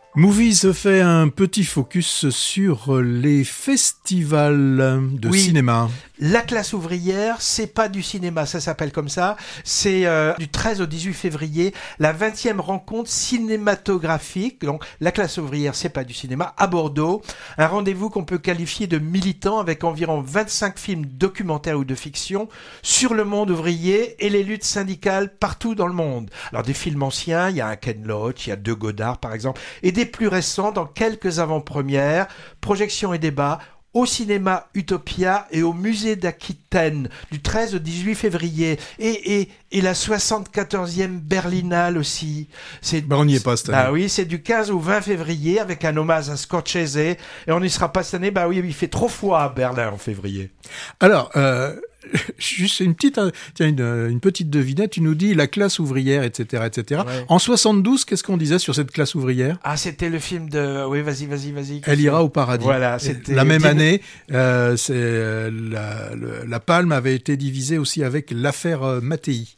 Movies fait un petit focus sur les festivals de cinéma. La classe ouvrière, c'est pas du cinéma, ça s'appelle comme ça. C'est du 13 au 18 février, la 20e rencontre cinématographique. Donc, la classe ouvrière, c'est pas du cinéma, à Bordeaux. Un rendez-vous qu'on peut qualifier de militant avec environ 25 films documentaires ou de fiction sur le monde ouvrier et les luttes syndicales partout dans le monde. Alors, des films anciens, il y a un Ken Loach, il y a deux Godard, par exemple, et des plus récents dans quelques avant-premières, projections et débats, au cinéma Utopia et au musée d'Aquitaine du 13 au 18 février et la 74e Berlinale aussi. On n'y est pas cette année. Bah oui, c'est du 15 au 20 février avec un hommage à Scorsese et on n'y sera pas cette année. Bah oui, il fait trop froid à Berlin en février. Alors, juste une petite devinette. Tu nous dis la classe ouvrière, etc., etc. Ouais. En 72, qu'est-ce qu'on disait sur cette classe ouvrière ? Ah, c'était le film de. Oui, vas-y. Elle ira au paradis. Voilà, c'était la même année. La Palme avait été divisée aussi avec l'affaire Mattei.